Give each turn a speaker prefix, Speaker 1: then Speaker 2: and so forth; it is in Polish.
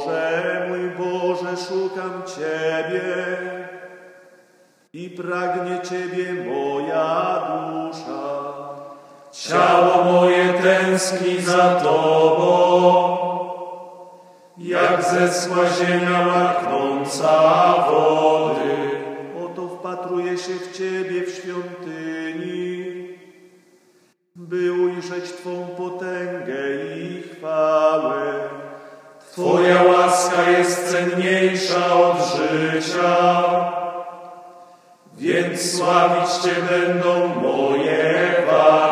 Speaker 1: mój Boże, szukam Ciebie i pragnie Ciebie moja dusza.
Speaker 2: Ciało moje tęskni za Tobą, jak zeschła ziemia łaknąca wody.
Speaker 1: Oto wpatruję się w Ciebie w świątyni, by ujrzeć Twą potęgę i chwałę.
Speaker 2: Twoja łaska jest cenniejsza od życia, więc sławić Cię będą moje wargi.